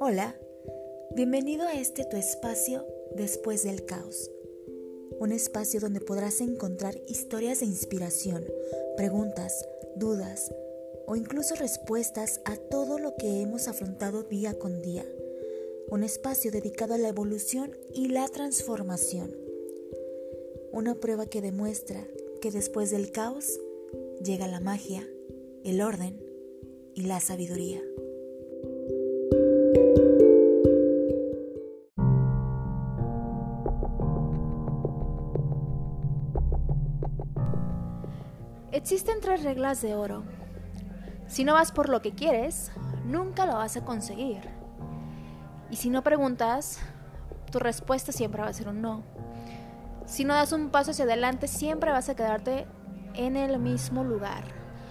Hola, bienvenido a tu espacio después del caos. Un espacio donde podrás encontrar historias de inspiración, preguntas, dudas o incluso respuestas a todo lo que hemos afrontado día con día. Un espacio dedicado a la evolución y la transformación. Una prueba que demuestra que después del caos llega la magia, el orden y la sabiduría. Existen 3 reglas de oro. Si no vas por lo que quieres, nunca lo vas a conseguir. Y si no preguntas, tu respuesta siempre va a ser un no. Si no das un paso hacia adelante, siempre vas a quedarte en el mismo lugar.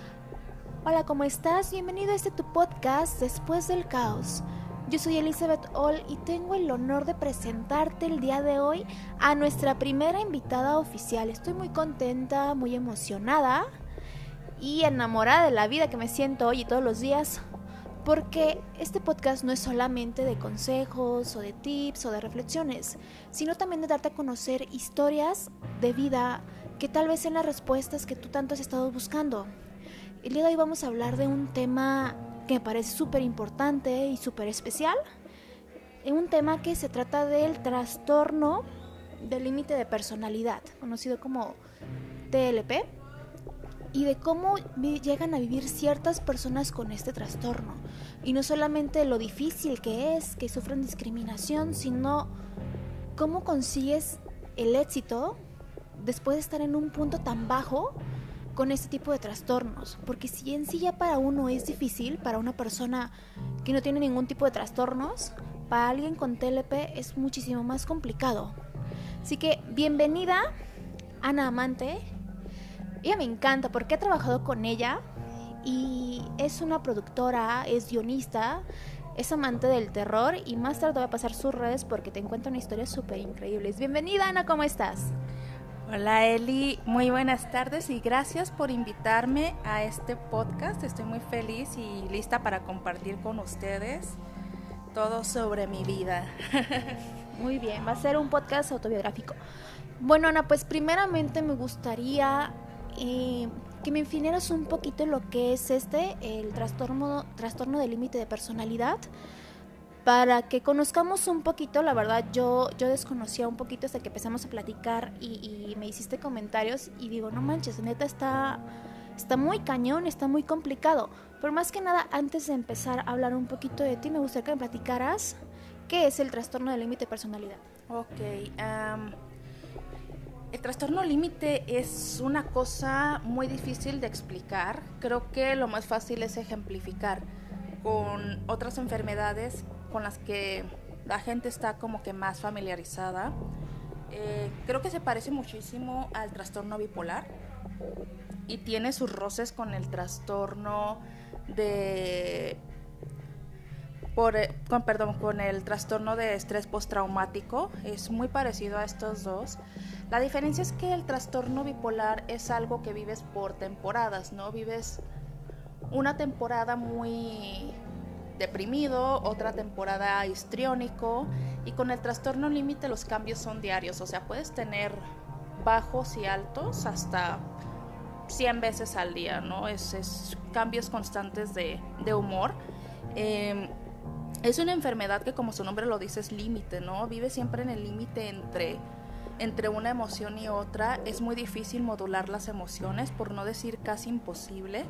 Hola, ¿cómo estás? Bienvenido a tu podcast Después del Caos. Yo soy Elizabeth All y tengo el honor de presentarte el día de hoy a nuestra primera invitada oficial. Estoy muy contenta, muy emocionada y enamorada de la vida que me siento hoy y todos los días, porque este podcast no es solamente de consejos o de tips o de reflexiones, sino también de darte a conocer historias de vida que tal vez sean las respuestas que tú tanto has estado buscando. El día de hoy vamos a hablar de un tema que me parece súper importante y súper especial, un tema que se trata del trastorno del límite de personalidad, conocido como TLP, y de cómo llegan a vivir ciertas personas con este trastorno. Y no solamente lo difícil que es, que sufren discriminación, sino cómo consigues el éxito después de estar en un punto tan bajo con este tipo de trastornos. Porque si en sí ya para uno es difícil, para una persona que no tiene ningún tipo de trastornos, para alguien con TLP es muchísimo más complicado. Así que bienvenida, Ana Amante. Ella me encanta porque he trabajado con ella y es una productora, es guionista, es amante del terror y más tarde voy a pasar sus redes porque te encuentro una historia súper increíble. Bienvenida, Ana, ¿cómo estás? Hola Eli, muy buenas tardes y gracias por invitarme a este podcast. Estoy muy feliz y lista para compartir con ustedes todo sobre mi vida. Muy bien, va a ser un podcast autobiográfico. Bueno, Ana, pues primeramente me gustaría que me definieras un poquito lo que es el trastorno del límite de personalidad, para que conozcamos un poquito. La verdad yo desconocía un poquito hasta que empezamos a platicar y me hiciste comentarios y digo, no manches, neta está muy cañón, está muy complicado. Pero más que nada, antes de empezar a hablar un poquito de ti, me gustaría que me platicaras qué es el trastorno del límite de personalidad. Ok, el trastorno límite es una cosa muy difícil de explicar. Creo que lo más fácil es ejemplificar con otras enfermedades con las que la gente está como que más familiarizada. Creo que se parece muchísimo al trastorno bipolar y tiene sus roces con el trastorno con el trastorno de estrés postraumático. Es muy parecido a estos dos. La diferencia es que el trastorno bipolar es algo que vives por temporadas, ¿no? Vives una temporada muy deprimido, otra temporada histriónico, y con el trastorno límite los cambios son diarios. O sea, puedes tener bajos y altos hasta 100 veces al día, ¿no? Es cambios constantes de humor. Es una enfermedad que, como su nombre lo dice, es límite, ¿no? Vive siempre en el límite entre una emoción y otra. Es muy difícil modular las emociones, por no decir casi imposible.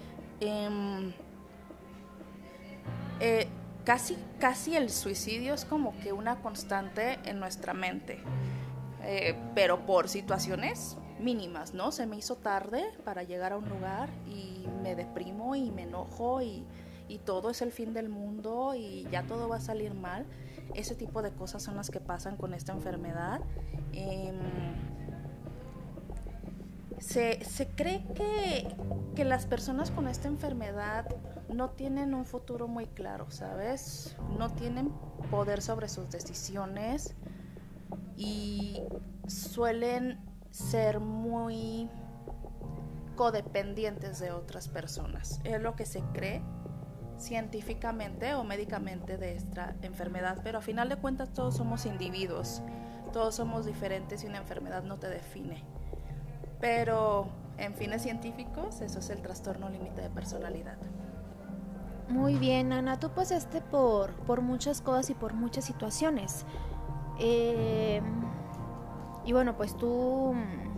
Casi el suicidio es como que una constante en nuestra mente, pero por situaciones mínimas, ¿no? Se me hizo tarde para llegar a un lugar y me deprimo y me enojo y todo es el fin del mundo y ya todo va a salir mal. Ese tipo de cosas son las que pasan con esta enfermedad. Se cree que las personas con esta enfermedad no tienen un futuro muy claro, ¿sabes? No tienen poder sobre sus decisiones y suelen ser muy codependientes de otras personas. Es lo que se cree. científicamente o médicamente de esta enfermedad, pero a final de cuentas todos somos individuos, todos somos diferentes y una enfermedad no te define. Pero en fines científicos, eso es el trastorno límite de personalidad. Muy bien, Ana, tú pasaste por muchas cosas y por muchas situaciones. Y bueno, pues tú,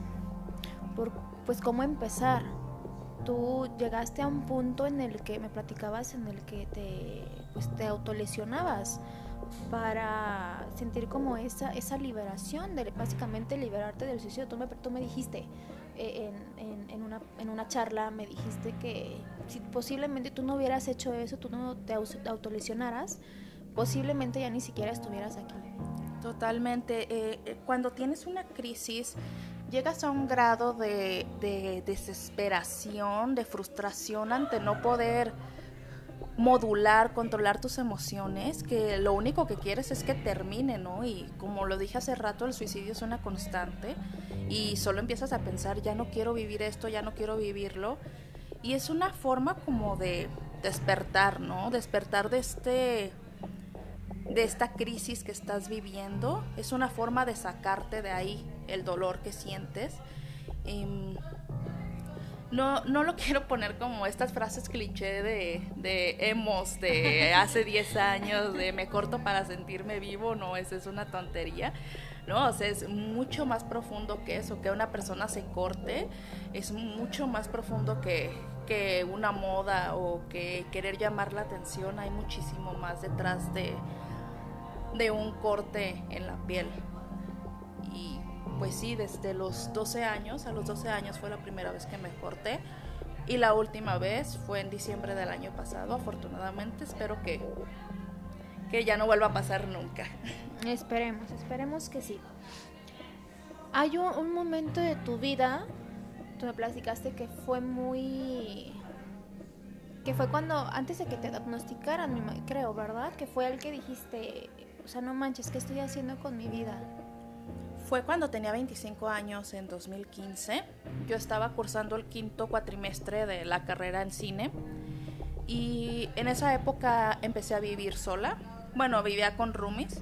pues cómo empezar. Tú llegaste a un punto en el que me platicabas, en el que te autolesionabas para sentir como esa liberación, de básicamente liberarte del suicidio. Tú me dijiste en una charla, me dijiste que si posiblemente tú no hubieras hecho eso, tú no te autolesionaras, posiblemente ya ni siquiera estuvieras aquí. Totalmente. Cuando tienes una crisis, llegas a un grado de desesperación, de frustración ante no poder modular, controlar tus emociones, que lo único que quieres es que termine, ¿no? Y como lo dije hace rato, el suicidio es una constante y solo empiezas a pensar, ya no quiero vivir esto, ya no quiero vivirlo. Y es una forma como de despertar, ¿no? Despertar de esta crisis que estás viviendo. Es una forma de sacarte de ahí el dolor que sientes. No lo quiero poner como estas frases cliché de emos de hace 10 años, de me corto para sentirme vivo. No, esa es una tontería, ¿no? O sea, es mucho más profundo que eso, que una persona se corte, es mucho más profundo que una moda o que querer llamar la atención. Hay muchísimo más detrás de un corte en la piel. Y pues sí, desde los 12 años, a los 12 años fue la primera vez que me corté y la última vez fue en diciembre del año pasado. Afortunadamente, espero que ya no vuelva a pasar nunca. Esperemos que sí. Hay un momento de tu vida, tú me platicaste que fue cuando, antes de que te diagnosticaran, creo, ¿verdad? Que fue el que dijiste, o sea, no manches, ¿qué estoy haciendo con mi vida? Fue cuando tenía 25 años, en 2015. Yo estaba cursando el 5º cuatrimestre de la carrera en cine y en esa época empecé a vivir sola. Bueno, vivía con roomies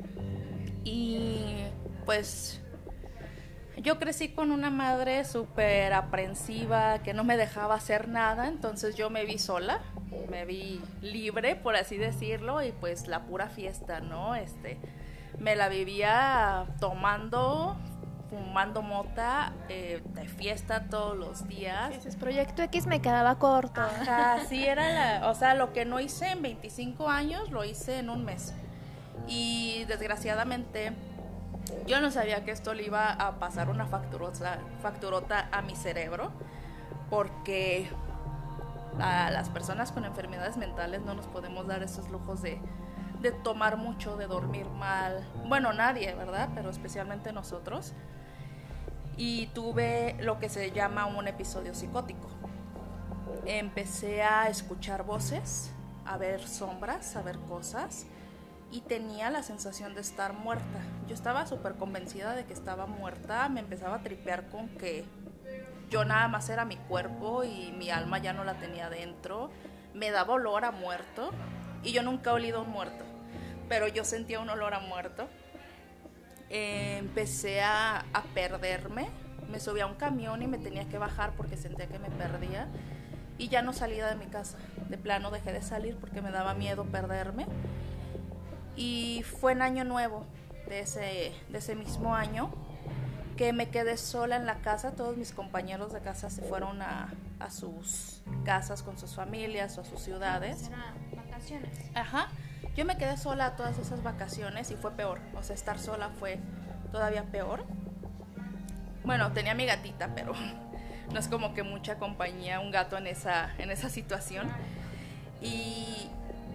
y pues yo crecí con una madre súper aprensiva que no me dejaba hacer nada, entonces yo me vi sola, me vi libre, por así decirlo, y pues la pura fiesta, ¿no? Me la vivía tomando, fumando mota, de fiesta todos los días. Ese Proyecto X me quedaba corto. Ajá, sí, era o sea, lo que no hice en 25 años, lo hice en un mes. Y desgraciadamente, yo no sabía que esto le iba a pasar una facturota a mi cerebro, porque a las personas con enfermedades mentales no nos podemos dar esos lujos de tomar mucho, de dormir mal. Bueno, nadie, ¿verdad? Pero especialmente nosotros. Y tuve lo que se llama un episodio psicótico. Empecé a escuchar voces, a ver sombras, a ver cosas, y tenía la sensación de estar muerta. Yo estaba súper convencida de que estaba muerta. Me empezaba a tripear con que yo nada más era mi cuerpo y mi alma ya no la tenía dentro. Me daba olor a muerto y yo nunca he olido a un muerto, pero yo sentía un olor a muerto. Empecé a perderme. Me subí a un camión y me tenía que bajar porque sentía que me perdía y ya no salía de mi casa. De plano dejé de salir porque me daba miedo perderme. Y fue en Año Nuevo de ese mismo año que me quedé sola en la casa. Todos mis compañeros de casa se fueron a sus casas con sus familias o a sus ciudades. Eran vacaciones. Ajá. Yo me quedé sola todas esas vacaciones y fue peor. O sea, estar sola fue todavía peor. Bueno, tenía mi gatita, pero no es como que mucha compañía, un gato en esa situación. Y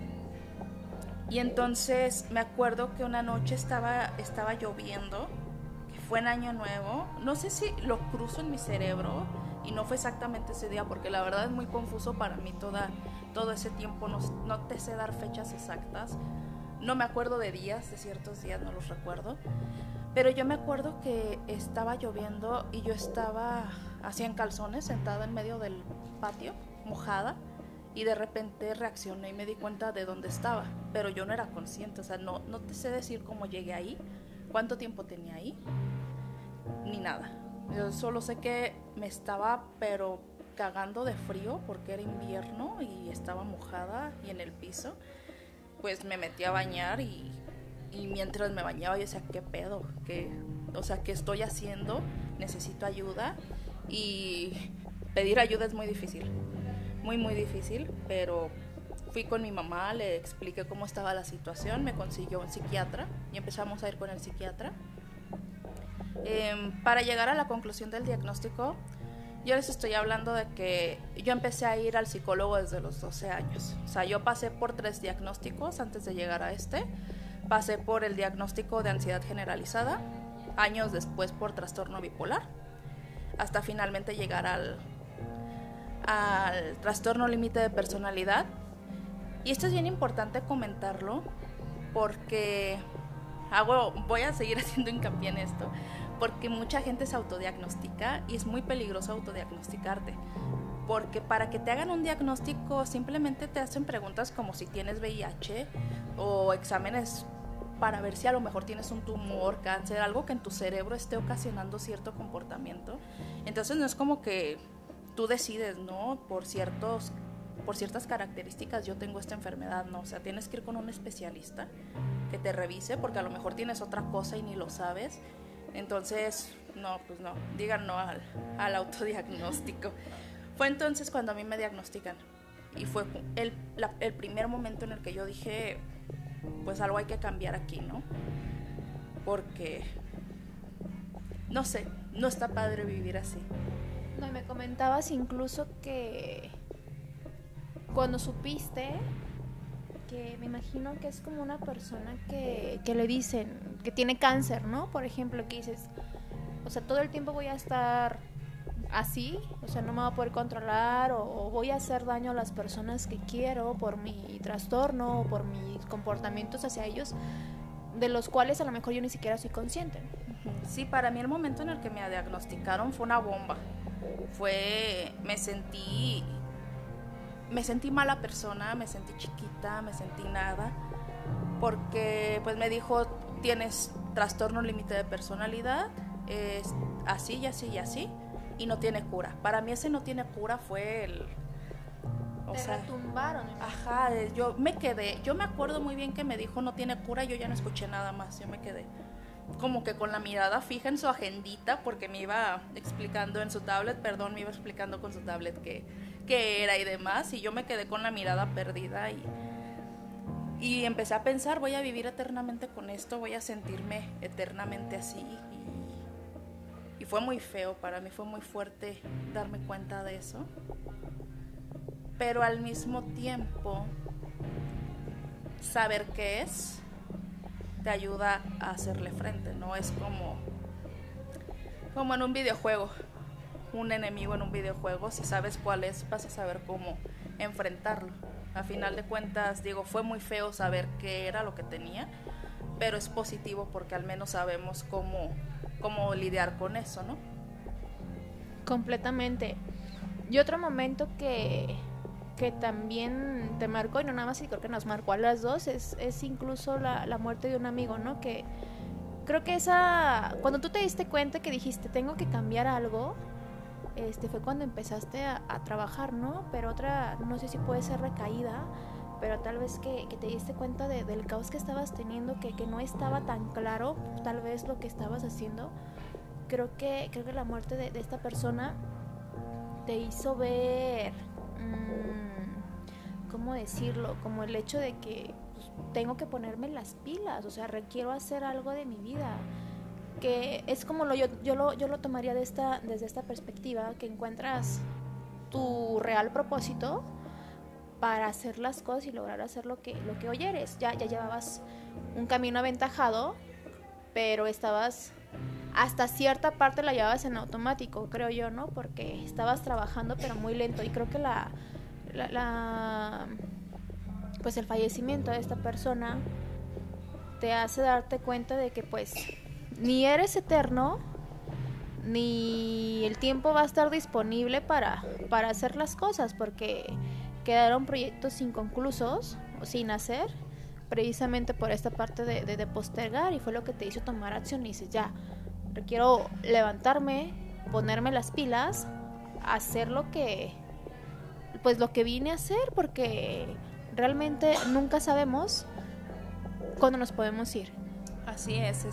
entonces me acuerdo que una noche estaba lloviendo, que fue en Año Nuevo. No sé si lo cruzo en mi cerebro y no fue exactamente ese día, porque la verdad es muy confuso para mí todo ese tiempo. No te sé dar fechas exactas. No me acuerdo de días, de ciertos días no los recuerdo. Pero yo me acuerdo que estaba lloviendo y yo estaba así en calzones, sentada en medio del patio, mojada. y de repente reaccioné y me di cuenta de dónde estaba, pero yo no era consciente, o sea, no te sé decir cómo llegué ahí, cuánto tiempo tenía ahí, ni nada. Yo solo sé que me estaba pero cagando de frío porque era invierno y estaba mojada y en el piso. Pues me metí a bañar y mientras me bañaba yo decía, ¿qué pedo? ¿Qué estoy haciendo? Necesito ayuda. Y pedir ayuda es muy difícil, muy muy difícil, pero fui con mi mamá, le expliqué cómo estaba la situación, me consiguió un psiquiatra y empezamos a ir con el psiquiatra. Para llegar a la conclusión del diagnóstico, yo les estoy hablando de que yo empecé a ir al psicólogo desde los 12 años. O sea, yo pasé por 3 diagnósticos antes de llegar a este. Pasé por el diagnóstico de ansiedad generalizada, años después por trastorno bipolar, hasta finalmente llegar al trastorno límite de personalidad. Y esto es bien importante comentarlo porque voy a seguir haciendo hincapié en esto, porque mucha gente se autodiagnostica y es muy peligroso autodiagnosticarte, porque para que te hagan un diagnóstico simplemente te hacen preguntas como si tienes VIH o exámenes para ver si a lo mejor tienes un tumor, cáncer, algo que en tu cerebro esté ocasionando cierto comportamiento. Entonces no es como que tú decides, ¿no? Por ciertas características yo tengo esta enfermedad, no, o sea, tienes que ir con un especialista que te revise porque a lo mejor tienes otra cosa y ni lo sabes. Entonces, no, pues no, digan no al autodiagnóstico. Fue entonces cuando a mí me diagnostican y fue el primer momento en el que yo dije, pues algo hay que cambiar aquí, ¿no? Porque, no sé, no está padre vivir así. No, y me comentabas incluso que cuando supiste, que me imagino que es como una persona que le dicen que tiene cáncer, ¿no? Por ejemplo, que dices, o sea, todo el tiempo voy a estar así, o sea, no me voy a poder controlar o voy a hacer daño a las personas que quiero por mi trastorno o por mis comportamientos hacia ellos, de los cuales a lo mejor yo ni siquiera soy consciente. Sí, para mí el momento en el que me diagnosticaron fue una bomba. Me sentí mala persona, me sentí chiquita, me sentí nada, porque pues me dijo, tienes trastorno límite de personalidad, es así y así y así, y no tiene cura. Para mí ese no tiene cura fue retumbaron. Ajá, yo me acuerdo muy bien que me dijo no tiene cura y yo ya no escuché nada más, yo me quedé como que con la mirada fija en su agendita porque me iba explicando con su tablet qué era y demás, y yo me quedé con la mirada perdida y empecé a pensar, voy a vivir eternamente con esto, voy a sentirme eternamente así, y fue muy feo, para mí fue muy fuerte darme cuenta de eso, pero al mismo tiempo saber qué es te ayuda a hacerle frente, ¿no? Es como en un videojuego, un enemigo en un videojuego, si sabes cuál es, vas a saber cómo enfrentarlo. A final de cuentas, digo, fue muy feo saber qué era lo que tenía, pero es positivo porque al menos sabemos cómo lidiar con eso, ¿no? Completamente. Y otro momento que también te marcó, y no nada más, y creo que nos marcó a las dos, es incluso la muerte de un amigo, ¿no? Que creo que cuando tú te diste cuenta que dijiste, tengo que cambiar algo, fue cuando empezaste a trabajar, ¿no? Pero otra, no sé si puede ser recaída, pero tal vez que te diste cuenta del caos que estabas teniendo, que no estaba tan claro tal vez lo que estabas haciendo. Creo que la muerte de esta persona te hizo ver, ¿cómo decirlo? Como el hecho de que pues, tengo que ponerme las pilas, o sea, requiero hacer algo de mi vida. Que es como yo lo tomaría desde esta perspectiva, que encuentras tu real propósito para hacer las cosas y lograr hacer lo que hoy eres. Ya llevabas un camino aventajado, pero estabas, hasta cierta parte la llevabas en automático, creo yo, ¿no? Porque estabas trabajando pero muy lento, y creo que pues el fallecimiento de esta persona te hace darte cuenta de que pues ni eres eterno, ni el tiempo va a estar disponible para hacer las cosas, porque quedaron proyectos inconclusos o sin hacer, precisamente por esta parte de postergar, y fue lo que te hizo tomar acción y dices, ya, requiero levantarme, ponerme las pilas, hacer lo que vine a hacer, porque realmente nunca sabemos cuándo nos podemos ir. Así es,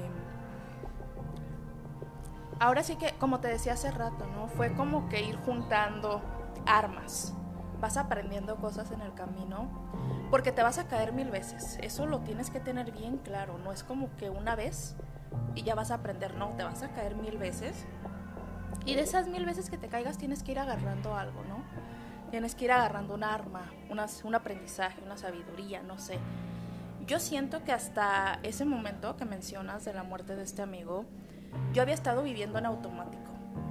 ahora sí que, como te decía hace rato, ¿no? Fue como que ir juntando armas. Vas aprendiendo cosas en el camino, porque te vas a caer 1000 veces. Eso lo tienes que tener bien claro. No es como que una vez y ya vas a aprender, no, te vas a caer 1000 veces. Y de esas 1000 veces que te caigas tienes que ir agarrando algo, ¿no? Tienes que ir agarrando un arma, un aprendizaje, una sabiduría, no sé. Yo siento que hasta ese momento que mencionas de la muerte de este amigo, yo había estado viviendo en automático.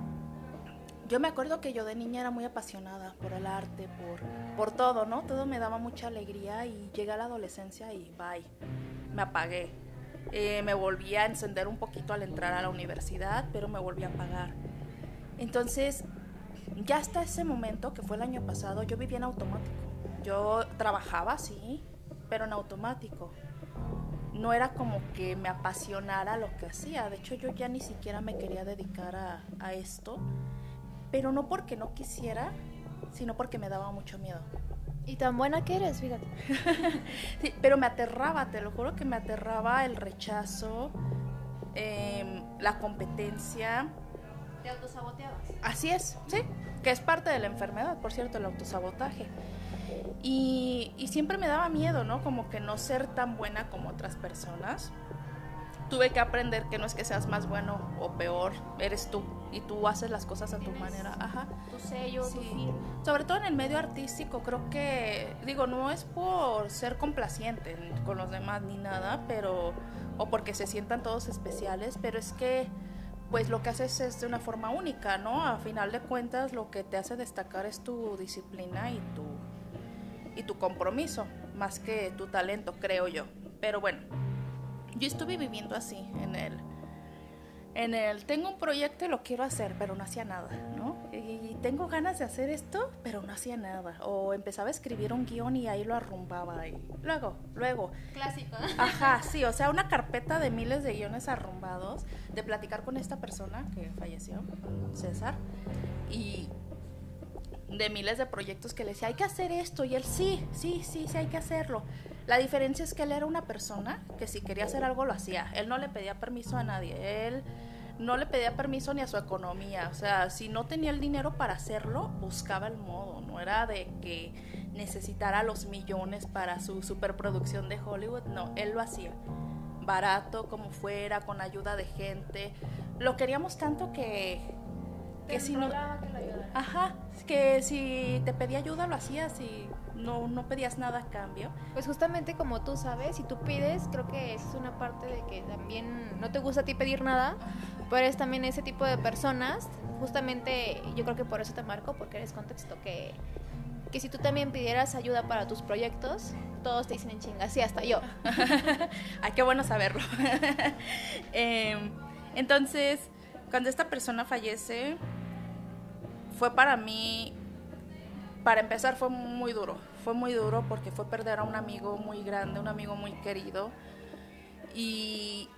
Yo me acuerdo que yo de niña era muy apasionada por el arte, por todo, ¿no? Todo me daba mucha alegría, y llegué a la adolescencia y bye, me apagué. Me volví a encender un poquito al entrar a la universidad, pero me volví a apagar. Entonces, ya hasta ese momento, que fue el año pasado, yo vivía en automático. Yo trabajaba, sí, pero en automático. No era como que me apasionara lo que hacía. De hecho, yo ya ni siquiera me quería dedicar a esto, pero no porque no quisiera, sino porque me daba mucho miedo. Y tan buena que eres, fíjate. Sí, pero me aterraba, te lo juro que me aterraba el rechazo, la competencia. ¿Te autosaboteabas? Así es, sí, que es parte de la enfermedad, por cierto, el autosabotaje. Y siempre me daba miedo, ¿no? Como que no ser tan buena como otras personas. Tuve que aprender que no es que seas más bueno o peor, eres tú, y tú haces las cosas a tu manera. Ajá. Tu sello, Sí. tu firma. Sobre todo en el medio artístico, creo que, digo, no es por ser complaciente con los demás ni nada, pero, o porque se sientan todos especiales, pero es que, pues lo que haces es de una forma única, ¿no? A final de cuentas, lo que te hace destacar es tu disciplina y tu compromiso, más que tu talento, creo yo. Pero bueno, yo estuve viviendo así, en el tengo un proyecto y lo quiero hacer, pero no hacía nada, ¿no? Y tengo ganas de hacer esto, pero no hacía nada. O empezaba a escribir un guión y ahí lo arrumbaba. Y luego. Clásico. Ajá, sí, o sea, una carpeta de miles de guiones arrumbados, de platicar con esta persona que falleció, César, y de miles de proyectos que le decía, hay que hacer esto, y él, sí, hay que hacerlo. La diferencia es que él era una persona que si quería hacer algo lo hacía. Él no le pedía permiso a nadie, él no le pedía permiso ni a su economía. O sea, si no tenía el dinero para hacerlo, buscaba el modo. No era de que necesitara los millones para su superproducción de Hollywood, no, él lo hacía. Barato, como fuera, con ayuda de gente. Lo queríamos tanto que si no, ajá, que si te pedía ayuda lo hacías y no pedías nada a cambio. Pues justamente como tú sabes, si tú pides, creo que esa es una parte de que también no te gusta a ti pedir nada, pero eres también ese tipo de personas. Justamente yo creo que por eso te marco, porque eres contexto, que si tú también pidieras ayuda para tus proyectos, todos te dicen en chinga, sí, hasta yo. Ay, qué bueno saberlo. Entonces, cuando esta persona fallece, fue para mí, para empezar, fue muy duro porque fue perder a un amigo muy grande, un amigo muy querido, y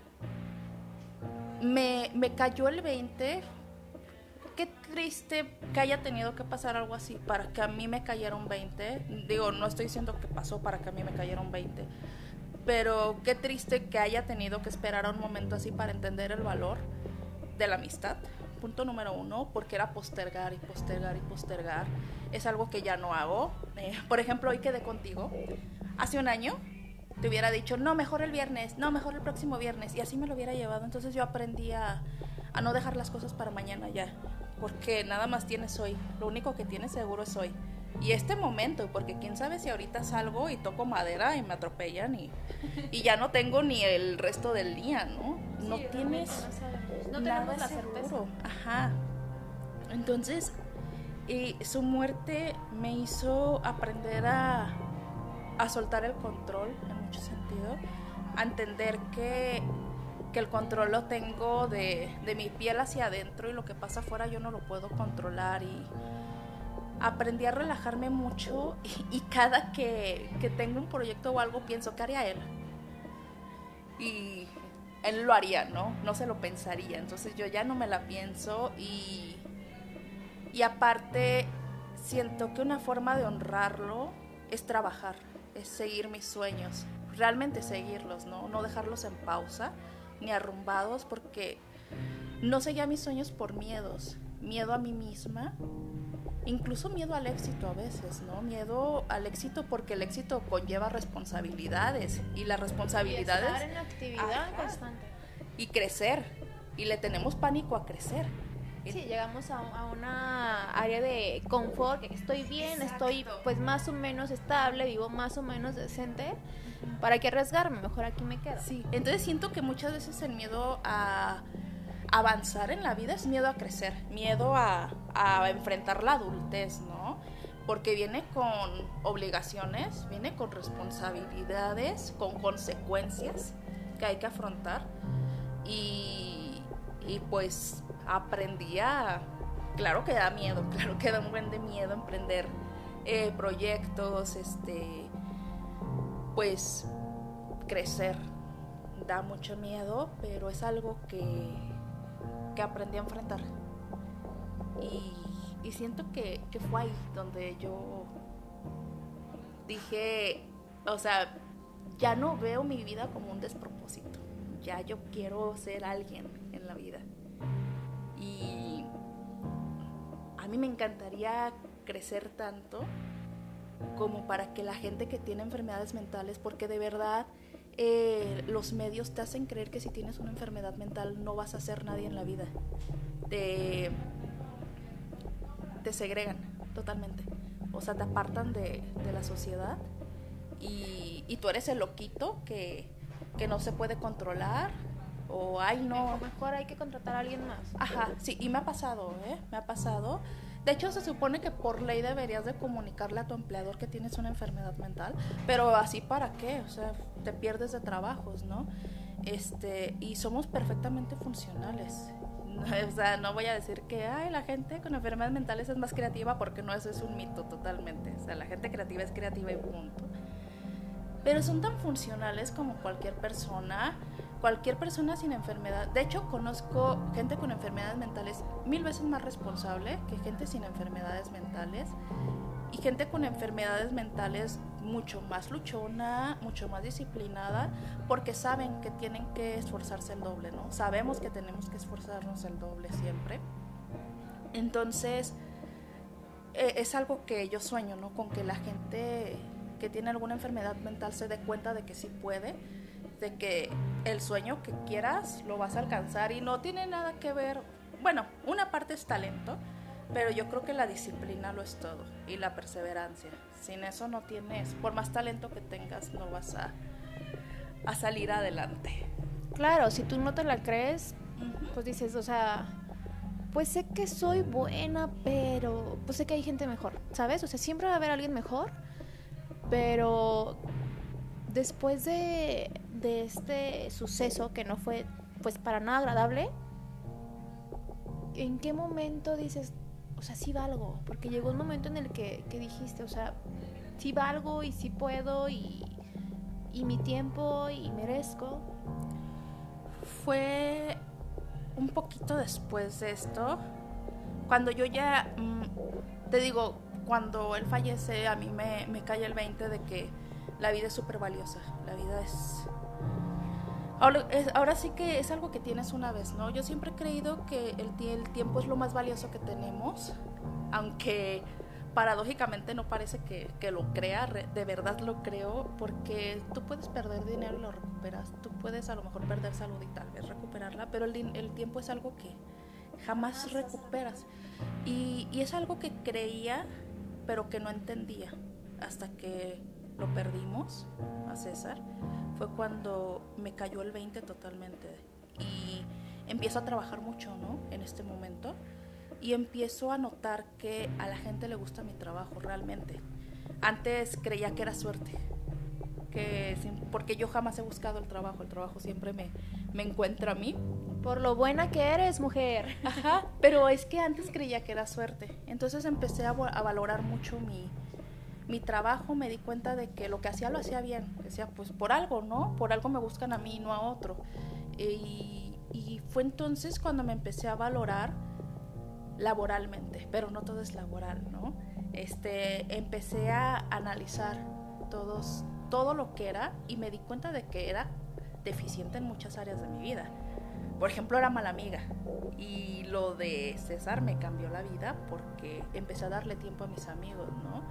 me cayó el 20. Qué triste que haya tenido que pasar algo así para que a mí me cayera un 20. Digo, no estoy diciendo que pasó para que a mí me cayera un 20, pero qué triste que haya tenido que esperar a un momento así para entender el valor de la amistad. Punto número 1, porque era postergar. Es algo que ya no hago. Por ejemplo, hoy quedé contigo. Hace un año te hubiera dicho, no, mejor el viernes, no, mejor el próximo viernes, y así me lo hubiera llevado. Entonces yo aprendí a no dejar las cosas para mañana ya, porque nada más tienes hoy. Lo único que tienes seguro es hoy. Y este momento, porque quién sabe si ahorita salgo y toco madera y me atropellan y ya no tengo ni el resto del día, ¿no? Sí, no tienes... No tenemos la certeza. Ajá. Entonces, su muerte me hizo aprender a soltar el control en mucho sentido, a entender que el control lo tengo de mi piel hacia adentro, y lo que pasa afuera yo no lo puedo controlar, y aprendí a relajarme mucho y cada que tengo un proyecto o algo pienso, ¿qué haría él? Y él lo haría, ¿no? No se lo pensaría. Entonces yo ya no me la pienso y aparte siento que una forma de honrarlo es trabajar, es seguir mis sueños, realmente seguirlos, ¿no? No dejarlos en pausa ni arrumbados, porque no seguía mis sueños por miedos, miedo a mí misma, incluso miedo al éxito a veces, ¿no? Miedo al éxito porque el éxito conlleva responsabilidades y las responsabilidades... Y estar en actividad constante. Y crecer, y le tenemos pánico a crecer. Sí, llegamos a una área de confort, que estoy bien, Exacto. Estoy pues más o menos estable, vivo más o menos decente, ¿para qué arriesgarme? Mejor aquí me quedo. Sí, entonces siento que muchas veces el miedo a avanzar en la vida es miedo a crecer, miedo a enfrentar la adultez, ¿no? Porque viene con obligaciones, viene con responsabilidades, con consecuencias que hay que afrontar y pues aprendí claro que da miedo, claro que da un buen de miedo emprender proyectos, pues crecer, da mucho miedo, pero es algo que aprendí a enfrentar y siento que fue ahí donde yo dije, o sea, ya no veo mi vida como un despropósito, ya yo quiero ser alguien en la vida y a mí me encantaría crecer tanto como para que la gente que tiene enfermedades mentales, porque de verdad los medios te hacen creer que si tienes una enfermedad mental no vas a ser nadie en la vida, te segregan totalmente, o sea, te apartan de la sociedad y tú eres el loquito que no se puede controlar, o ay no, mejor hay que contratar a alguien más. Ajá, sí, y me ha pasado, me ha pasado. De hecho, se supone que por ley deberías de comunicarle a tu empleador que tienes una enfermedad mental, pero así para qué, o sea, te pierdes de trabajos, ¿no? Y somos perfectamente funcionales. O sea, no voy a decir que ay, la gente con enfermedades mentales es más creativa, porque no, eso es un mito totalmente. O sea, la gente creativa es creativa y punto. Pero son tan funcionales como cualquier persona sin enfermedad. De hecho, conozco gente con enfermedades mentales 1000 veces más responsable que gente sin enfermedades mentales, y gente con enfermedades mentales mucho más luchona, mucho más disciplinada, porque saben que tienen que esforzarse el doble, ¿no? Sabemos que tenemos que esforzarnos el doble siempre. Entonces, es algo que yo sueño, ¿no? Con que la gente que tiene alguna enfermedad mental se dé cuenta de que sí puede, de que el sueño que quieras lo vas a alcanzar y no tiene nada que ver, bueno, una parte es talento, pero yo creo que la disciplina lo es todo y la perseverancia. Sin eso no tienes, por más talento que tengas, no vas a salir adelante. Claro, si tú no te la crees, pues dices, o sea, pues sé que soy buena, pero pues sé que hay gente mejor, ¿sabes? O sea, siempre va a haber alguien mejor, pero después de este suceso que no fue pues para nada agradable, ¿en qué momento dices, o sea, sí valgo? Porque llegó un momento en el que dijiste, o sea, sí valgo y sí puedo y mi tiempo y merezco. Fue un poquito después de esto, cuando yo ya, te digo, cuando él fallece, a mí me cae el 20 de que la vida es súper valiosa, la vida es... Ahora sí que es algo que tienes una vez, ¿no? Yo siempre he creído que el tiempo es lo más valioso que tenemos, aunque paradójicamente no parece que lo crea, de verdad lo creo, porque tú puedes perder dinero y lo recuperas, tú puedes a lo mejor perder salud y tal vez recuperarla, pero el tiempo es algo que jamás recuperas, y es algo que creía, pero que no entendía, hasta que lo perdimos a César. Fue cuando me cayó el 20 totalmente y empiezo a trabajar mucho, ¿no? En este momento, y empiezo a notar que a la gente le gusta mi trabajo realmente. Antes creía que era suerte, porque yo jamás he buscado el trabajo siempre me encuentra a mí, Por lo buena que eres, mujer. Ajá, pero es que antes creía que era suerte. Entonces empecé a valorar mucho mi trabajo. Me di cuenta de que lo que hacía lo hacía bien. Decía, pues por algo, ¿no? Por algo me buscan a mí y no a otro. Y fue entonces cuando me empecé a valorar laboralmente, pero no todo es laboral, ¿no? Empecé a analizar todo lo que era y me di cuenta de que era deficiente en muchas áreas de mi vida. Por ejemplo, era mala amiga, y lo de César me cambió la vida porque empecé a darle tiempo a mis amigos, ¿no?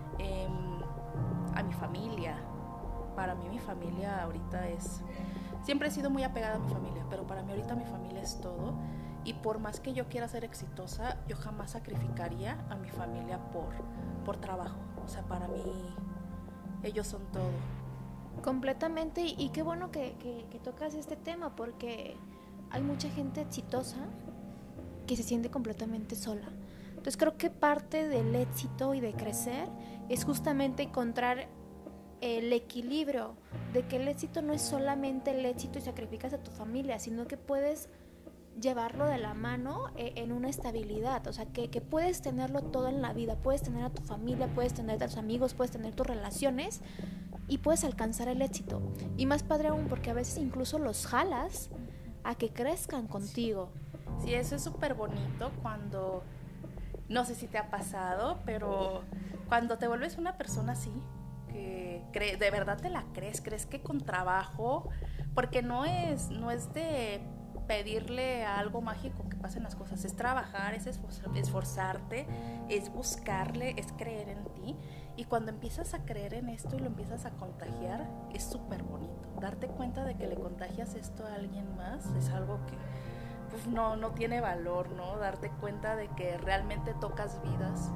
A mi familia. Para mí mi familia ahorita siempre he sido muy apegada a mi familia, pero para mí ahorita mi familia es todo, y por más que yo quiera ser exitosa, yo jamás sacrificaría a mi familia por trabajo. O sea, para mí ellos son todo. Completamente, y qué bueno que tocas este tema, porque hay mucha gente exitosa que se siente completamente sola. Entonces creo que parte del éxito y de crecer es justamente encontrar el equilibrio de que el éxito no es solamente el éxito y sacrificas a tu familia, sino que puedes llevarlo de la mano en una estabilidad. O sea, que puedes tenerlo todo en la vida, puedes tener a tu familia, puedes tener a tus amigos, puedes tener tus relaciones y puedes alcanzar el éxito. Y más padre aún, porque a veces incluso los jalas a que crezcan contigo. Sí, eso es súper bonito cuando, no sé si te ha pasado, pero cuando te vuelves una persona así, que de verdad te la crees que con trabajo, porque no es de pedirle a algo mágico que pasen las cosas, es trabajar, es esforzarte, es buscarle, es creer en ti. Y cuando empiezas a creer en esto y lo empiezas a contagiar, es súper bonito. Darte cuenta de que le contagias esto a alguien más es algo que pues no tiene valor, ¿no? Darte cuenta de que realmente tocas vidas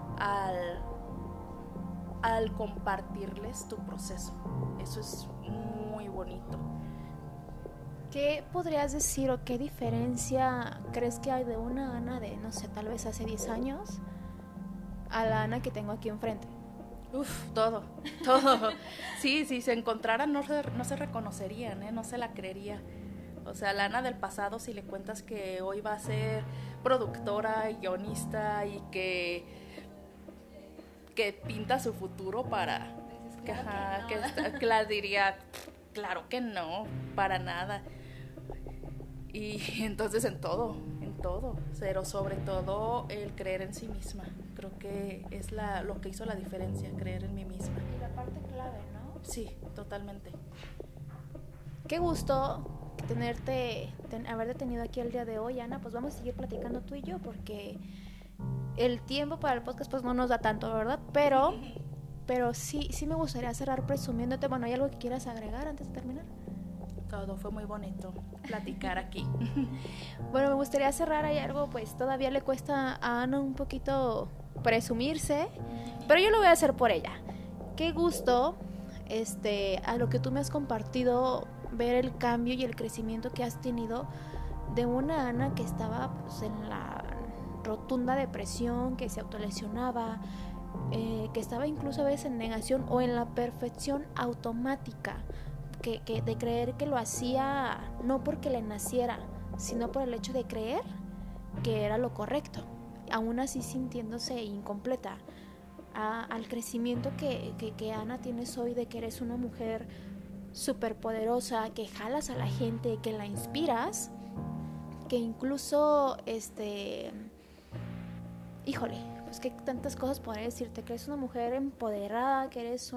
al compartirles tu proceso. Eso es muy bonito. ¿Qué podrías decir o qué diferencia crees que hay de una Ana de, no sé, tal vez hace 10 años a la Ana que tengo aquí enfrente? Todo. Sí, si se encontraran no se reconocerían, no se la creería. O sea, la Ana del pasado, si le cuentas que hoy va a ser productora, guionista y que pinta su futuro para... que la diría, claro que no, para nada. Y entonces en todo, pero sobre todo el creer en sí misma. Creo que es lo que hizo la diferencia, creer en mí misma. Y la parte clave, ¿no? Sí, totalmente. Qué gusto haberte tenido aquí el día de hoy, Ana. Pues vamos a seguir platicando tú y yo, porque el tiempo para el podcast pues no nos da tanto, ¿verdad? Pero sí me gustaría cerrar presumiéndote. Bueno, ¿hay algo que quieras agregar antes de terminar? Todo fue muy bonito platicar aquí. Bueno, me gustaría cerrar. Hay algo, pues todavía le cuesta a Ana un poquito presumirse, pero yo lo voy a hacer por ella. Qué gusto, a lo que tú me has compartido, ver el cambio y el crecimiento que has tenido de una Ana que estaba pues en la rotunda depresión, que se autolesionaba, que estaba incluso a veces en negación o en la perfección automática, que de creer que lo hacía no porque le naciera, sino por el hecho de creer que era lo correcto, aún así sintiéndose incompleta. Al crecimiento que Ana tienes hoy, de que eres una mujer súper poderosa, que jalas a la gente, que la inspiras, que incluso híjole, pues que tantas cosas podría decirte, que eres una mujer empoderada, que eres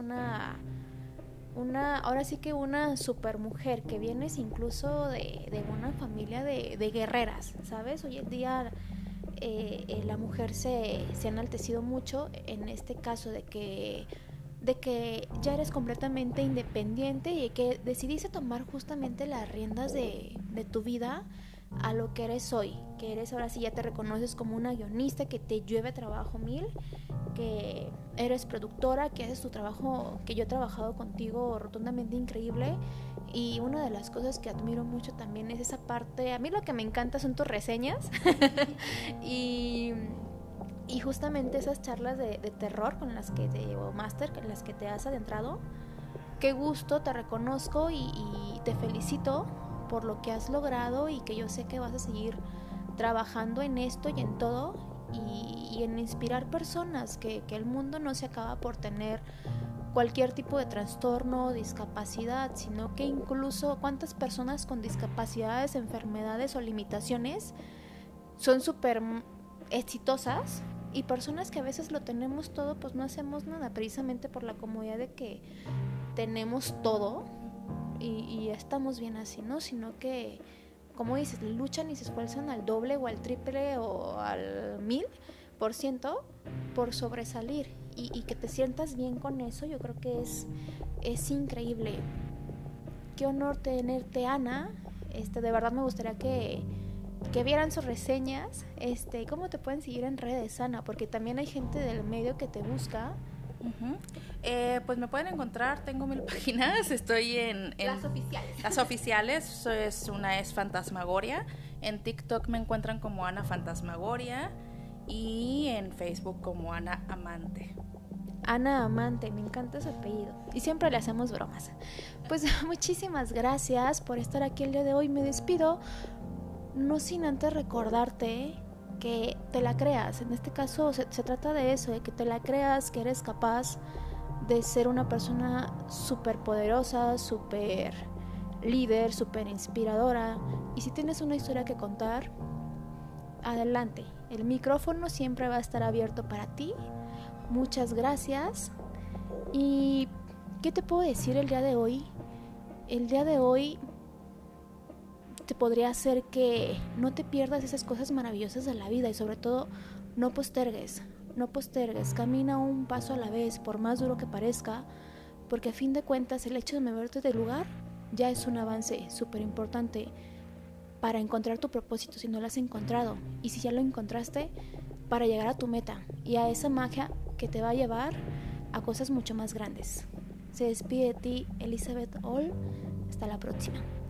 ahora sí que una super mujer, que vienes incluso de una familia de guerreras, ¿sabes? Hoy en día la mujer se ha enaltecido mucho en este caso de que ya eres completamente independiente y que decidiste tomar justamente las riendas de tu vida a lo que eres hoy, que eres ahora sí ya te reconoces como una guionista, que te llueve trabajo mil, que eres productora, que haces tu trabajo, que yo he trabajado contigo rotundamente increíble. Y una de las cosas que admiro mucho también es esa parte, a mí lo que me encanta son tus reseñas y justamente esas charlas de terror con las que o máster, con las que te has adentrado. Qué gusto, te reconozco y te felicito por lo que has logrado y que yo sé que vas a seguir trabajando en esto y en todo y en inspirar personas, que el mundo no se acaba por tener cualquier tipo de trastorno o discapacidad, sino que incluso cuántas personas con discapacidades, enfermedades o limitaciones son súper exitosas, y personas que a veces lo tenemos todo, pues no hacemos nada, precisamente por la comodidad de que tenemos todo y estamos bien así, ¿no? Sino que, como dices, luchan y se esfuerzan al doble o al triple o al 1000% por sobresalir, y que te sientas bien con eso, yo creo que es increíble. Qué honor tenerte, Ana. De verdad me gustaría que vieran sus reseñas. ¿Cómo te pueden seguir en redes, Ana? Porque también hay gente del medio que te busca. Pues me pueden encontrar, tengo 1000 páginas, estoy en las oficiales. Las oficiales, una es Fantasmagoria, en TikTok me encuentran como Ana Fantasmagoria y en Facebook como Ana Amante. Ana Amante, me encanta su apellido y siempre le hacemos bromas. Pues muchísimas gracias por estar aquí el día de hoy. Me despido, no sin antes recordarte que te la creas. En este caso se trata de eso, de que te la creas, que eres capaz de ser una persona súper poderosa, súper líder, súper inspiradora. Y si tienes una historia que contar, adelante. El micrófono siempre va a estar abierto para ti. Muchas gracias. ¿Y qué te puedo decir el día de hoy? El día de hoy te podría hacer que no te pierdas esas cosas maravillosas de la vida, y sobre todo no postergues, camina un paso a la vez, por más duro que parezca, porque a fin de cuentas el hecho de moverte del lugar ya es un avance súper importante para encontrar tu propósito si no lo has encontrado, y si ya lo encontraste, para llegar a tu meta y a esa magia que te va a llevar a cosas mucho más grandes. Se despide de ti Elizabeth All. Hasta la próxima.